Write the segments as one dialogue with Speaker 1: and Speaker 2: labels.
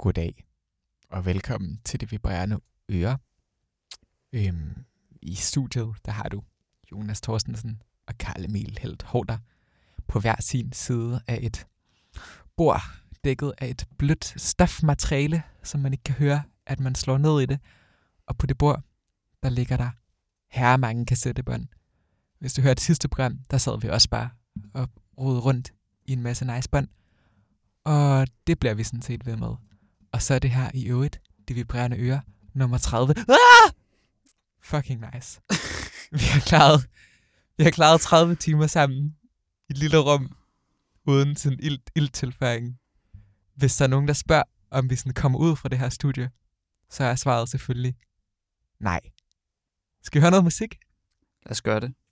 Speaker 1: Goddag, og velkommen til Det Vibrerende Øre. I studiet, der har du Jonas Thorstensen og Karl Emil Helt Hårder på hver sin side af et bord, dækket af et blødt stofmateriale, som man ikke kan høre, at man slår ned i det. Og på det bord, der ligger der herremange kassettebånd. Hvis du hørte sidste program, der sad vi også bare og rodede rundt i en masse nice bånd. Og det bliver vi sådan set ved med. Og så er det her i øvrigt, Det Vibrerende Øre, nummer 30. Ah! Fucking nice. Vi har klaret 30 timer sammen i et lille rum, uden sådan ildtilføring. Hvis der er nogen, der spørger, om vi sådan kommer ud fra det her studie, så er svaret selvfølgelig nej. Skal vi høre noget musik?
Speaker 2: Lad os gøre det.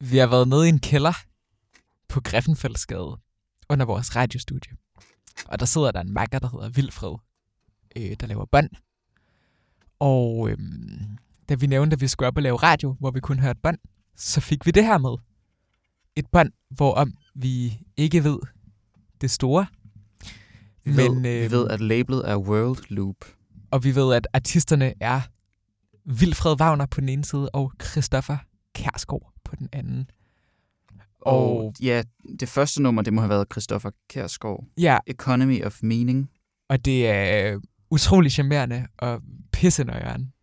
Speaker 1: Vi har været nede i en kælder på Griffenfeldsgade under vores radiostudie. Og der sidder der en makker, der hedder Vilfred, der laver bånd. Og da vi nævnte, at vi skulle op og lave radio, hvor vi kunne høre et bånd, så fik vi det her med. Et bånd, hvorom vi ikke ved det store.
Speaker 2: Vi ved, at labelet er World Loop.
Speaker 1: Og vi ved, at artisterne er Vilfred Wagner på den ene side, og Christoffer Kjærsgaard på den anden.
Speaker 2: Og ja, det første nummer, det må have været Christoffer Kjærsgaard.
Speaker 1: Ja.
Speaker 2: Economy of Meaning.
Speaker 1: Og det er utrolig charmerende og pissenøjeren.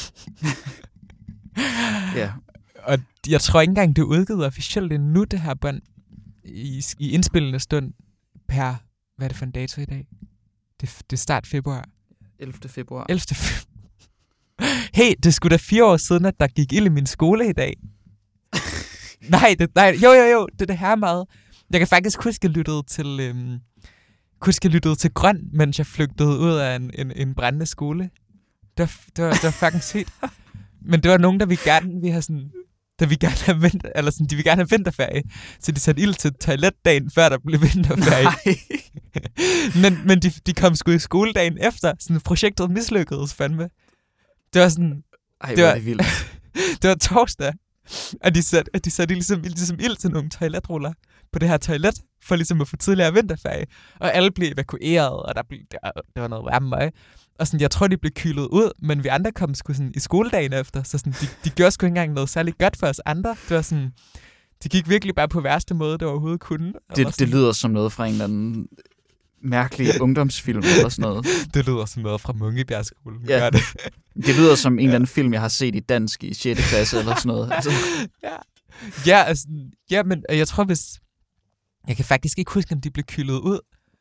Speaker 2: Ja.
Speaker 1: Og jeg tror ikke engang, det er udgivet officielt endnu, det her bånd, i indspillende stund per, hvad er det for en dato i dag? Det er start februar.
Speaker 2: 11. februar.
Speaker 1: 11. Hey, det skulle da 4 år siden, at der gik ild i min skole i dag. Nej, jo, det er det her meget. Jeg kan faktisk huske, at jeg lyttede til Grøn, mens jeg flygtede ud af en brændende skole. Det var fucking sygt. Men det var nogen, der de vil gerne have vinterferie. Så de satte ild til toiletdagen, før der blev vinterferie. men de kom sgu i skoledagen efter. Sådan projektet mislykkedes fandme. Det var sådan...
Speaker 2: Ej, det var det vildt.
Speaker 1: Det var torsdag. Og de satte ligesom ild til nogle toiletruller på det her toilet, for ligesom at få tidligere vinterferie. Og alle blev evakueret, og der var noget varme møg. Og sådan, jeg tror, de blev kylet ud, men vi andre kom sgu sådan i skoledagen efter, så sådan, de gjorde sgu ikke engang noget særligt godt for os andre. Det var sådan, de gik virkelig bare på værste måde, det overhovedet kunne.
Speaker 2: Det lyder som noget fra en eller anden mærkelig ungdomsfilm eller sådan noget.
Speaker 1: Det lyder som noget fra Mungebjergskolen.
Speaker 2: Ja. Det lyder som en eller anden film, jeg har set i dansk i 6. klasse eller sådan noget. Altså.
Speaker 1: Men jeg tror, jeg kan faktisk ikke huske, om de blev kylet ud,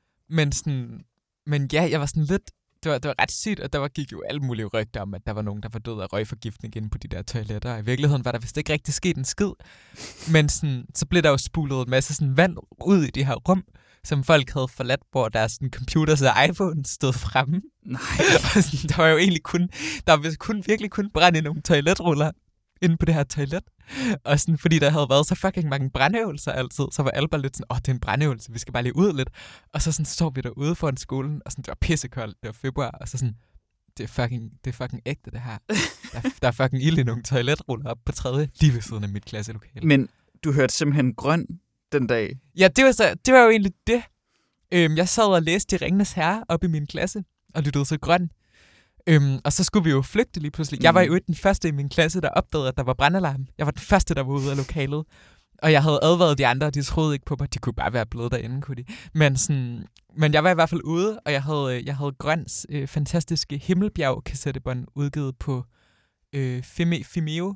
Speaker 1: men ja, jeg var sådan lidt, det var ret sygt, og der gik jo alle mulige rygter om, at der var nogen, der var død af røgforgiftning inde på de der toiletter, og i virkeligheden var der vist ikke rigtig sket en skid, men så blev der jo spulet en masse sådan vand ud i de her rum, som folk havde forladt, hvor deres computers og iPhone stod fremme.
Speaker 2: Nej.
Speaker 1: Og sådan, der var jo egentlig virkelig kun brændt i nogle toiletruller inde på det her toilet. Og sådan, fordi der havde været så fucking mange brandøvelser altid, så var alle bare lidt sådan, det er en brandøvelse, vi skal bare lige ud lidt. Og så sådan, står vi derude foran skolen, og sådan, det var pissekoldt, det var februar, og så sådan, det er fucking ægte det her. Der er fucking ild i nogle toiletruller op på 3. lige ved siden af mit klasselokale.
Speaker 2: Men du hørte simpelthen Grøn den dag?
Speaker 1: Ja, det var jo egentlig det. Jeg sad og læste De Ringenes Herre op i min klasse, og lyttede til Grøn. Og så skulle vi jo flygte lige pludselig. Jeg var jo den første i min klasse, der opdagede, at der var brandalarm. Jeg var den første, der var ude af lokalet. Og jeg havde advaret de andre, og de troede ikke på mig. De kunne bare være blevet derinde, kunne de. Men jeg var i hvert fald ude, og jeg havde Grøns fantastiske Himmelbjerg-kassettebånd udgivet på Fimeo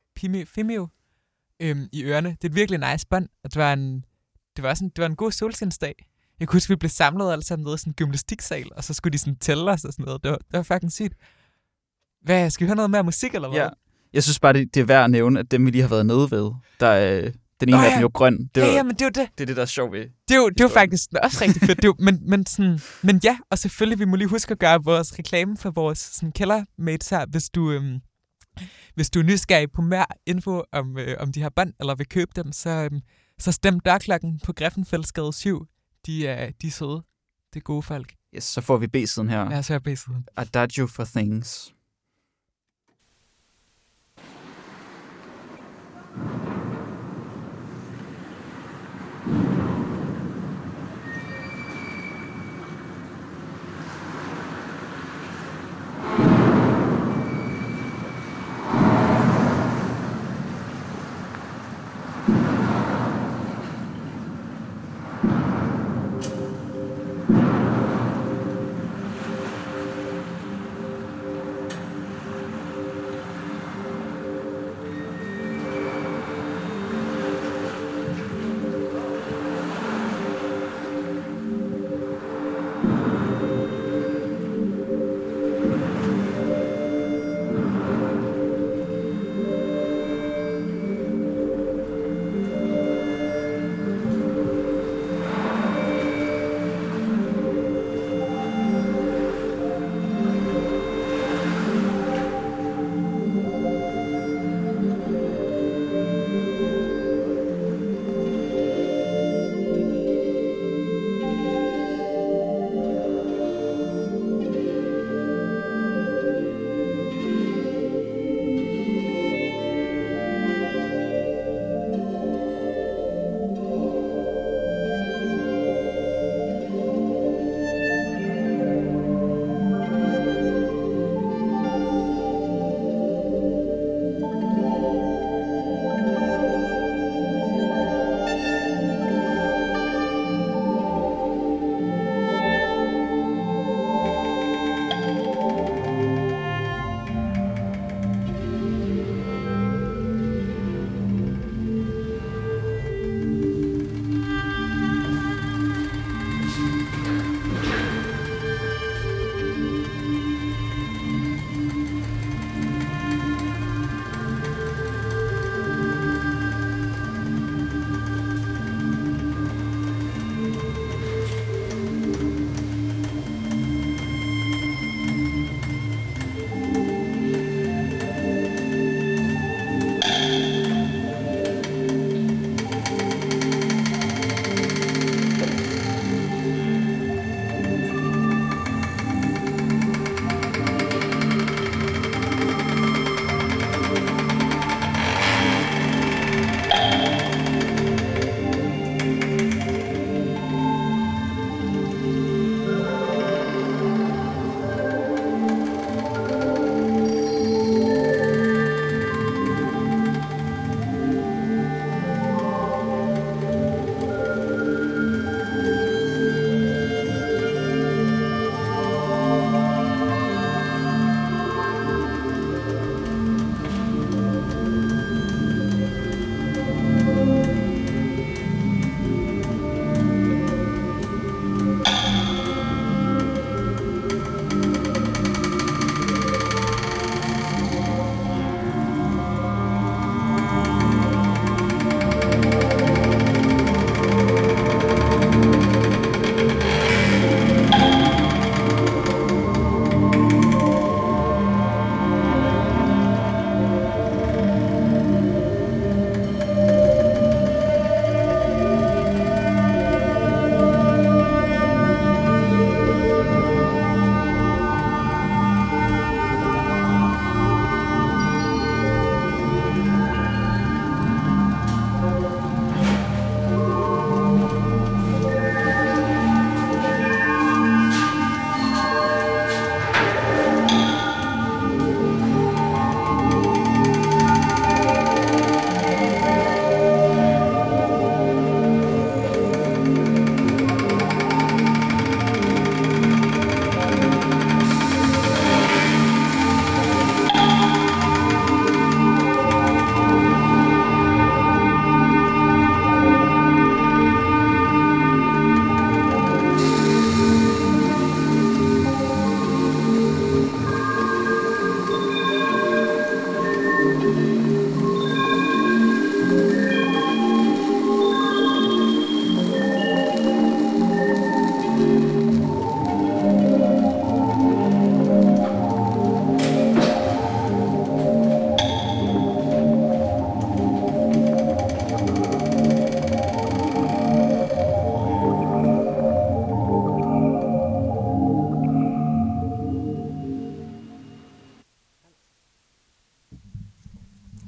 Speaker 1: i ørerne. Det er et virkelig nice bånd, og det var en god solskinsdag. Jeg kunne huske, vi blev samlet alle sammen nede i sådan en gymnastiksal, og så skulle de sådan tælle os og sådan noget. Det var fucking sygt. Hvad, skal vi høre noget mere musik, eller hvad?
Speaker 2: Ja. Jeg synes bare, det er værd at nævne, at dem, vi lige har været nede ved, der er den ene af dem jo Grøn. Men det er jo det. Det er det, der er sjovt ved.
Speaker 1: Det er jo faktisk også rigtig fedt. Men ja, og selvfølgelig, vi må lige huske at gøre vores reklame for vores sådan, kældermates her, hvis du er nysgerrig på mere info om de her bånd, eller vil købe dem, så stem Dørklokken på Griffenfeldsgade 7. De er søde. Det er gode folk.
Speaker 2: Yes, så får vi B-siden her.
Speaker 1: Ja, så er B-siden.
Speaker 2: Adagio for Things.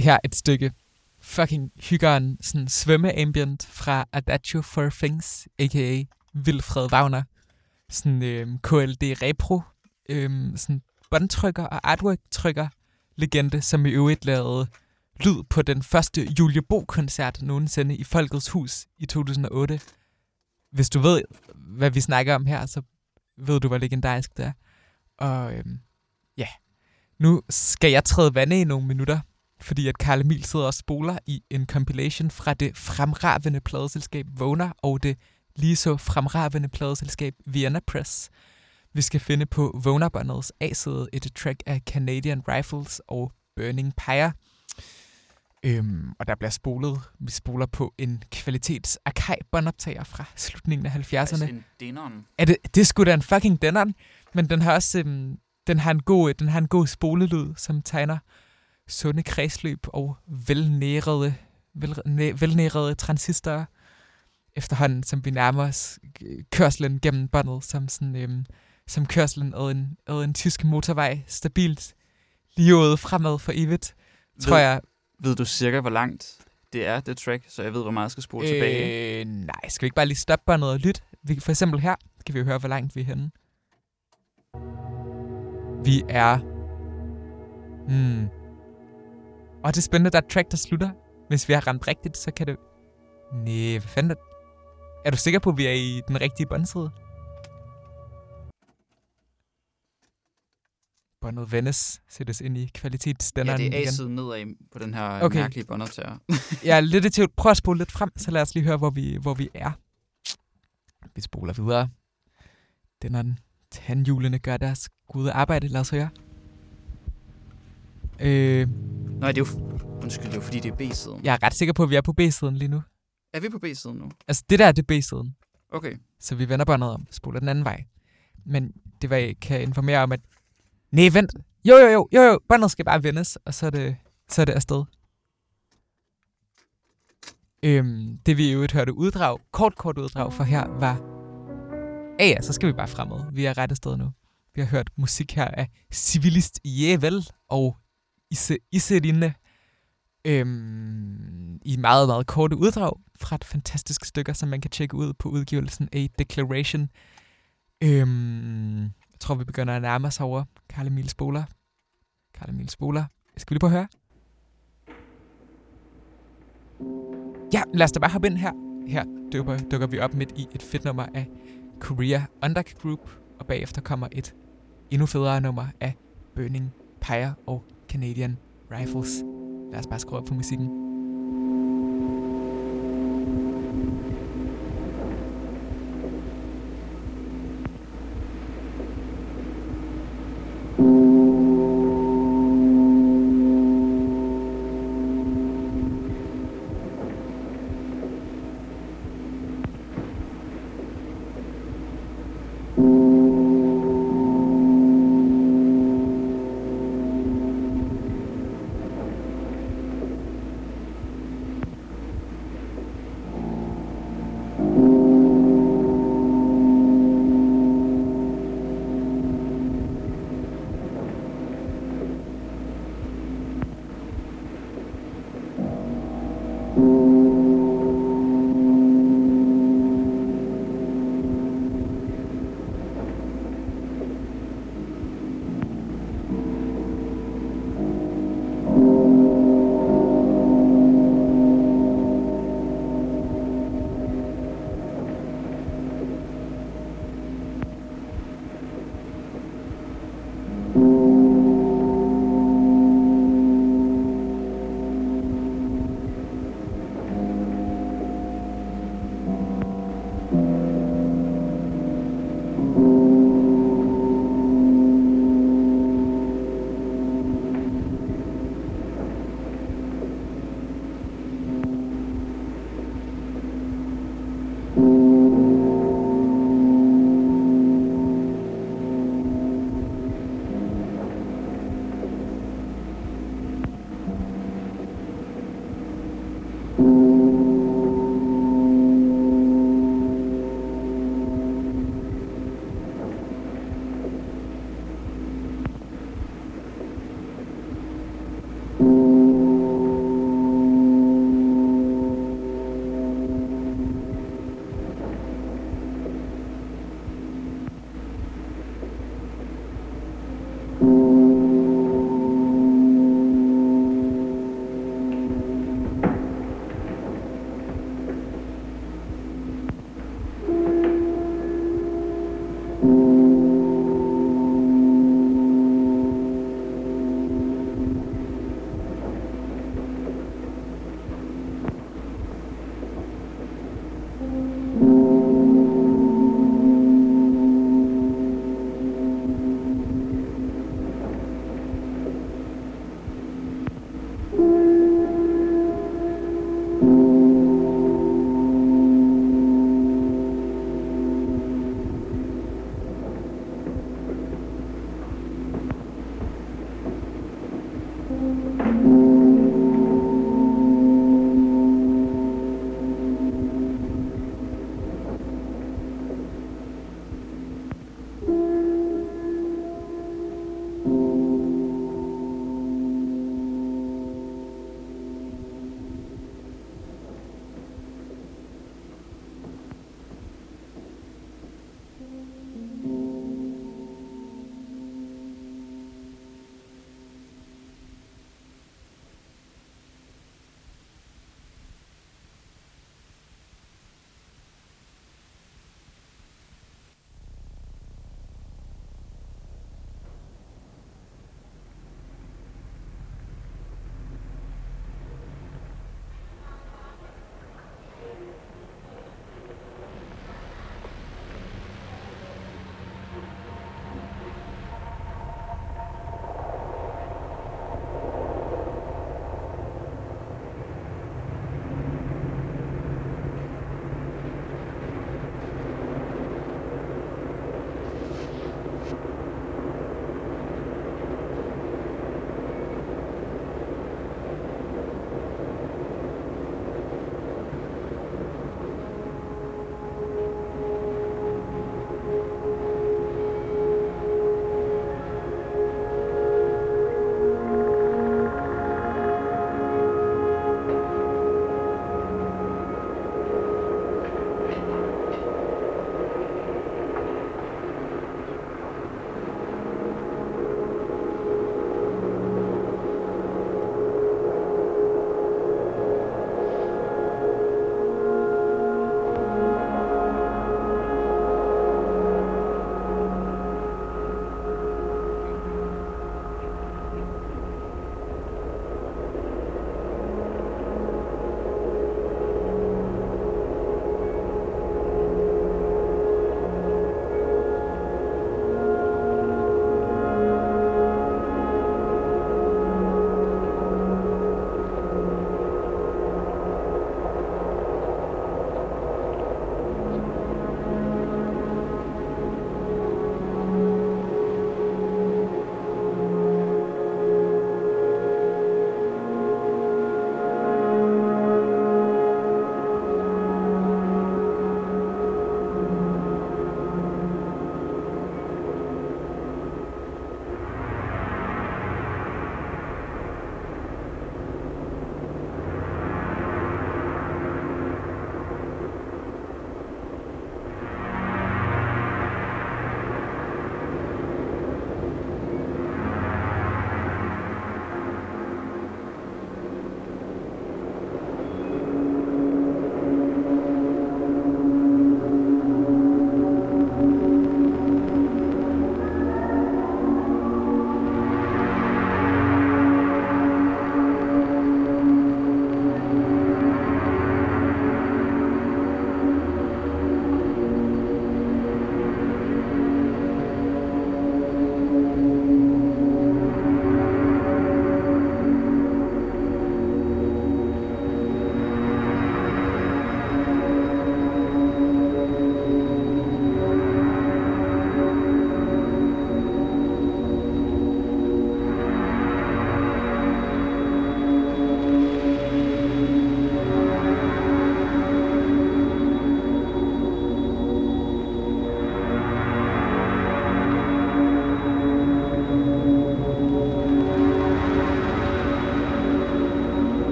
Speaker 1: her et stykke fucking hyggeren, sådan svømmeambient fra Adagio for Things, a.k.a. Wilfred Wagner. Sådan KLD Repro, sådan båndtrykker og artwork-trykker legende, som i øvrigt lavede lyd på den første Julie Bo-koncert nogensinde i Folkets Hus i 2008. Hvis du ved, hvad vi snakker om her, så ved du, hvor legendarisk det er. Og ja, nu skal jeg træde vande i nogle minutter, fordi at Carl Emil sidder og spoler i en compilation fra det fremragende pladeselskab Vågner og det lige så fremragende pladeselskab Vienna Press. Vi skal finde på Vågner-båndets A-side et track af Canadian Rifles og Burning Pyre. Og der bliver spolet. Vi spoler på en kvalitets Akai-båndoptager fra slutningen af 70'erne.
Speaker 2: Altså en Denon.
Speaker 1: Det er sgu da en fucking Denon, men den har også den har en god spolelyd, som tegner sunde kredsløb og velnærede transistorer. Efterhånden, som vi nærmer os kørslen gennem båndet, som kørslen ad en tysk motorvej, stabilt livet fremad for evigt, tror jeg.
Speaker 2: Ved du cirka, hvor langt det er, det track, så jeg ved, hvor meget jeg skal spole tilbage?
Speaker 1: Nej, skal vi ikke bare lige stoppe båndet og lytte? For eksempel her kan vi jo høre, hvor langt vi er henne. Vi er... Og det er spændende, der er et track, der slutter. Hvis vi har ramt rigtigt, så kan det... Næh, hvad fanden er du sikker på, at vi er i den rigtige båndside? Båndet vendes, sættes ind i kvalitetsstanderen.
Speaker 2: Ja, det er A-siden nedad på den her mærkelige båndoptager.
Speaker 1: Jeg er lidt i tvivl. Prøv at spole lidt frem, så lad os lige høre, hvor vi er. Vi spoler videre. Den tandhjulene gør deres gode arbejde. Lad os høre.
Speaker 2: Nej, det er jo... Undskyld, det er jo fordi, det er B-siden.
Speaker 1: Jeg er ret sikker på, at vi er på B-siden lige nu.
Speaker 2: Er vi på B-siden nu?
Speaker 1: Altså, det der er det B-siden.
Speaker 2: Okay.
Speaker 1: Så vi vender båndet om, spoler den anden vej. Men det var, jeg kan informere om, at... Nej, vent. Jo. Båndet skal bare vendes, og så er det afsted. Det vi i øvrigt hørte uddrag, kort uddrag for her, var... Ja, så skal vi bare fremad. Vi er ret afsted nu. Vi har hørt musik her af Civilist Jævel og Iserine. I meget, meget korte uddrag fra et fantastisk stykker, som man kan tjekke ud på udgivelsen A Declaration. Jeg tror, vi begynder at nærme os over Carl Emil Spoler. Skal vi lige prøve at høre? Ja, lad os da bare hoppe ind her. Her dukker vi op midt i et fedt nummer af Korea Underg Group, og bagefter kommer et endnu federe nummer af Burning Pyre og Canadian Rifles. Lad os bare skrue op for musikken.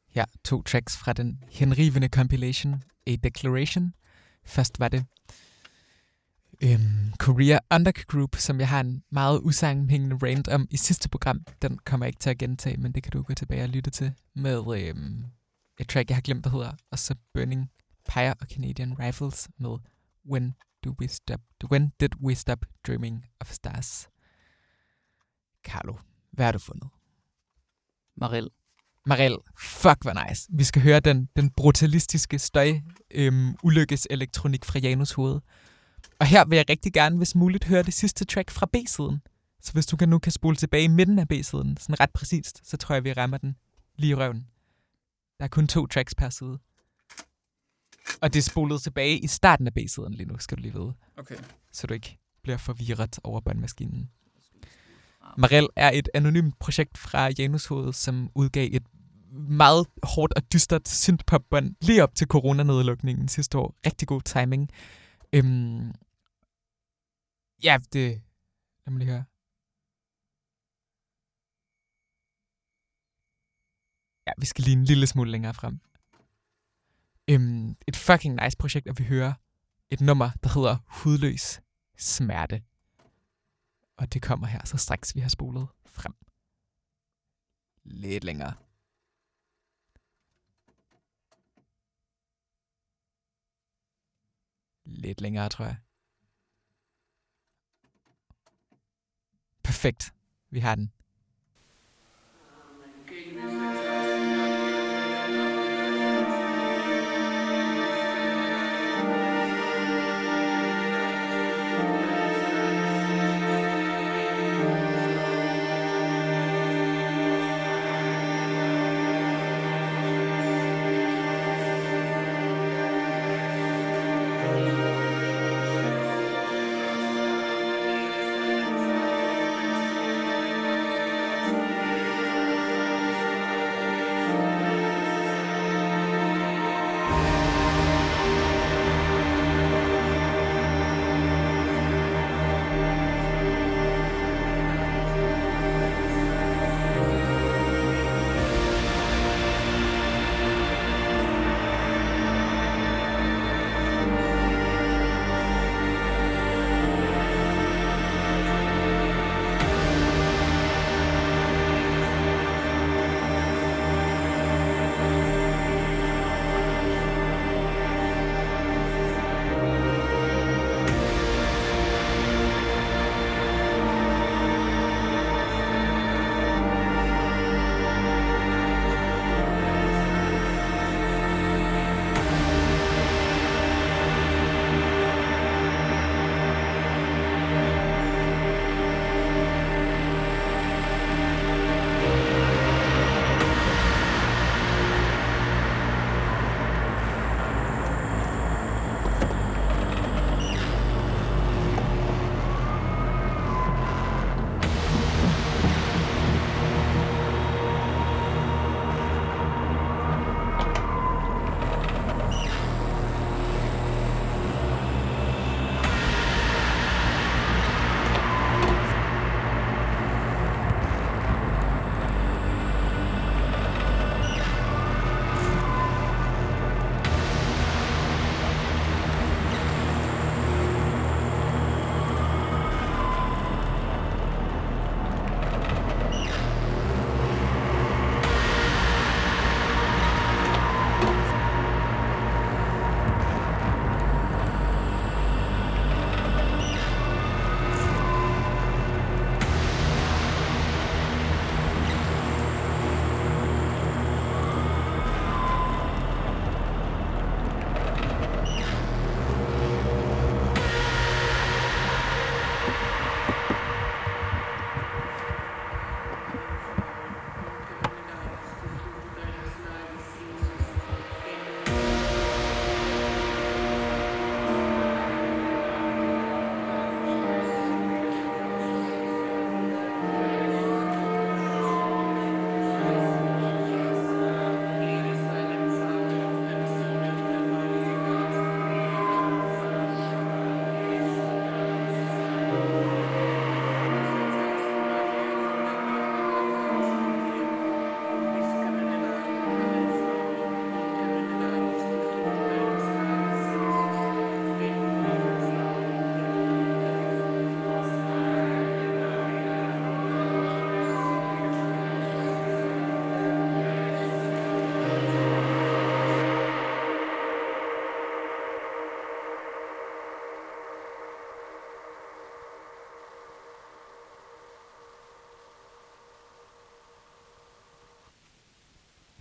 Speaker 1: Ja, 2 tracks fra den henrivende compilation A Declaration. Først var det Korea Undergroup, som jeg har en meget usammenhængende rant om i sidste program. Den kommer jeg ikke til at gentage, men det kan du gå tilbage og lytte til. Med et track, jeg har glemt, der hedder. Og så Burning Pyre og Canadian Rifles med When Did We Stop Dreaming of Stars? Carlo, hvad har du fundet? Marel, fuck hvor nice. Vi skal høre den brutalistiske ulykkeselektronik fra Janus hoved. Og her vil jeg rigtig gerne, hvis muligt, høre det sidste track fra B-siden. Så hvis du nu kan spole tilbage i midten af B-siden, sådan ret præcist, så tror jeg, vi rammer den lige i røven. Der er kun 2 tracks per side. Og det er spolet tilbage i starten af B-siden lige nu, skal du lige vide.
Speaker 2: Okay.
Speaker 1: Så du ikke bliver forvirret over båndmaskinen. Marel er et anonymt projekt fra Janushovedet, som udgav et meget hårdt og dystert synthpopbånd lige op til coronanedlukningen sidste år. Rigtig god timing. Ja, det... Lad mig lige høre. Ja, vi skal lige en lille smule længere frem. Et fucking nice projekt, og vi hører et nummer, der hedder Hudløs Smerte. Og det kommer her, så straks vi har spolet frem. Lidt længere. Lidt længere, tror jeg. Perfekt. Vi har den.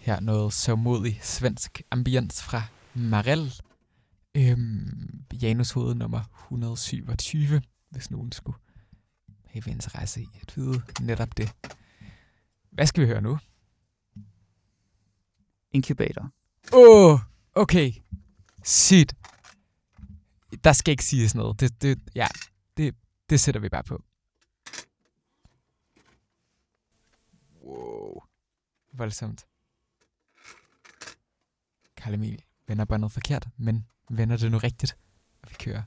Speaker 1: Her noget sørgmodig svensk ambience fra Marel. Janushoved nummer 127, hvis nogen skulle have interesse i at vide netop det. Hvad skal vi høre nu?
Speaker 2: Incubator.
Speaker 1: Okay. Shit. Der skal ikke siges noget. Det sætter vi bare på. Wow. Voldsomt. Carl Emil vender båndet forkert, men vender det nu rigtigt, og vi kører.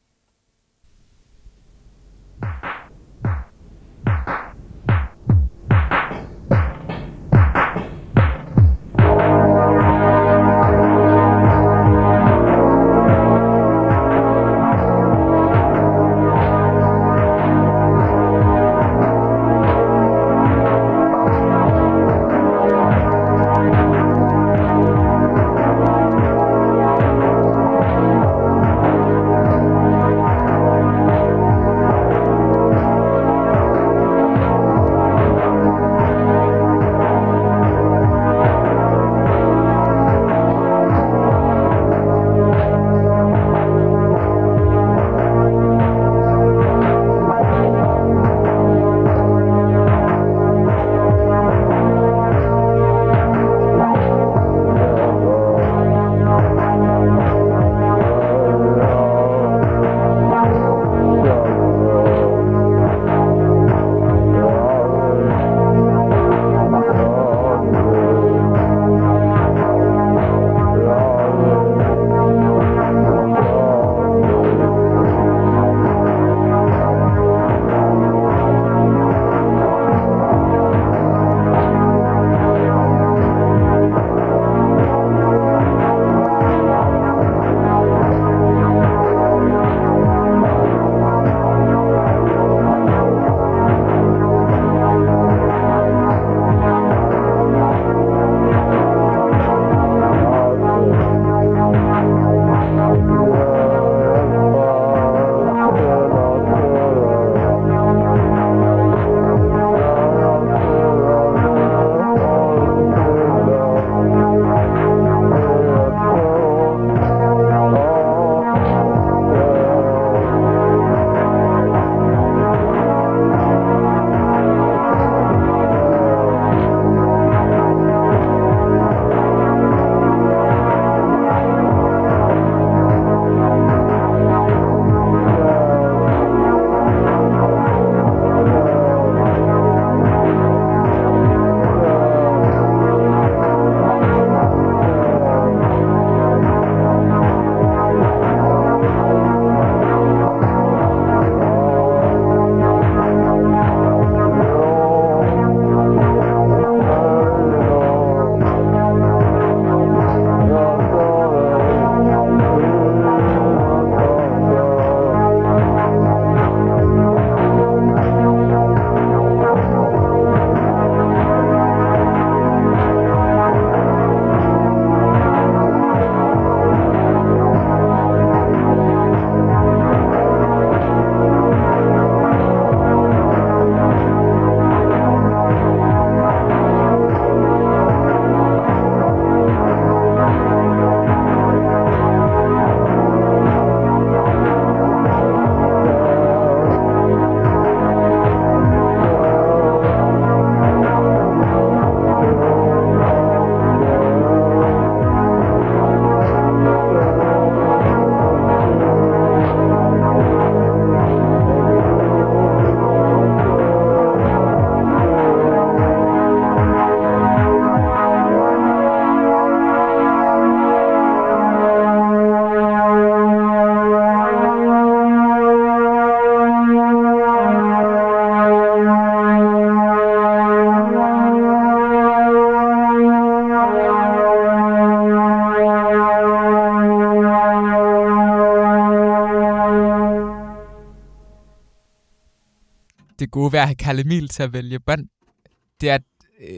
Speaker 1: det gode ved at have Carl Emil til at vælge bånd, det er, at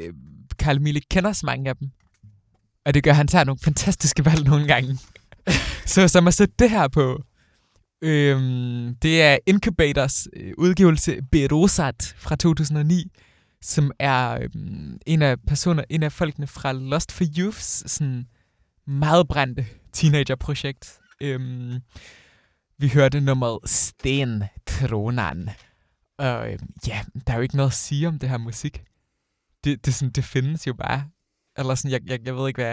Speaker 1: Carl Emil ikke kender så mange af dem. Og det gør, at han tager nogle fantastiske valg nogle gange. Så som at sætte det her på, det er Incubators udgivelse Berosat fra 2009, som er en af folkene fra Lost for Youths sådan meget brændte teenagerprojekt. Vi hørte nummeret Stentronan. Og ja, der er jo ikke noget at sige om det her musik. Det findes jo bare. Eller sådan, jeg ved ikke hvad.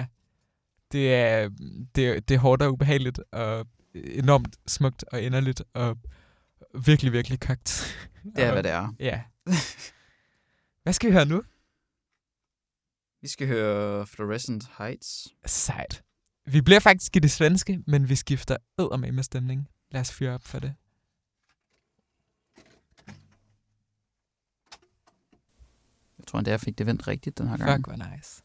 Speaker 1: Det er hårdt og ubehageligt, og enormt smukt og inderligt, og virkelig, virkelig kogt.
Speaker 2: Det er, hvad det er.
Speaker 1: Ja. Hvad skal vi høre nu?
Speaker 2: Vi skal høre Fluorescent Heights.
Speaker 1: Sejt. Vi bliver faktisk i det svenske, men vi skifter eddermame med stemning. Lad os fyre op for det.
Speaker 2: Jeg tror, jeg fik det vendt rigtigt den her gang.
Speaker 1: Fuck, hvor nice.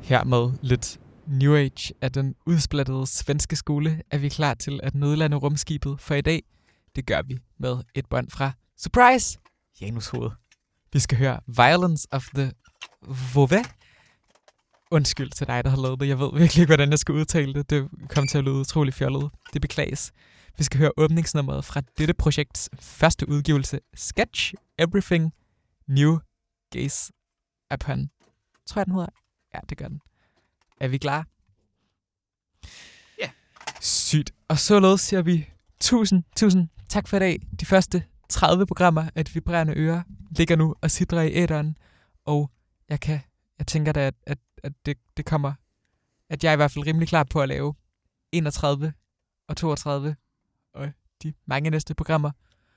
Speaker 1: Her med lidt New Age af den udsplattede svenske skole er vi klar til at nødlande rumskibet for i dag. Det gør vi med et bånd fra Surprise! Janus Hoved. Vi skal høre Violence of the Vove. Undskyld til dig, der har lavet det. Jeg ved virkelig ikke, hvordan jeg skal udtale det. Det kom til at lyde utrolig fjollet. Det beklages. Vi skal høre åbningsnummeret fra dette projekts første udgivelse, Sketch Everything New Gaze Upon. Tror jeg, den hedder? Ja, det gør den. Er vi klar?
Speaker 2: Ja. Yeah.
Speaker 1: Sygt. Og således siger vi tusind tak for i dag. De første 30 programmer af De Vibrerende Ører ligger nu og sidder i æteren. Og jeg tænker da, at det kommer, at jeg er i hvert fald rimelig klar på at lave 31 og 32 og de mange næste programmer.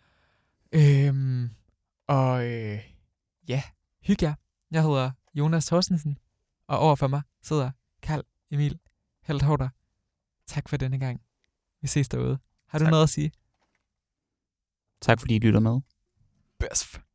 Speaker 1: Ja, hygge jer. Jeg hedder Jonas Thorstensen, og overfor mig sidder Carl Emil Helthorter. Tak for denne gang. Vi ses derude. Har du noget at sige?
Speaker 2: Tak fordi I lytter med.
Speaker 1: Bøsf.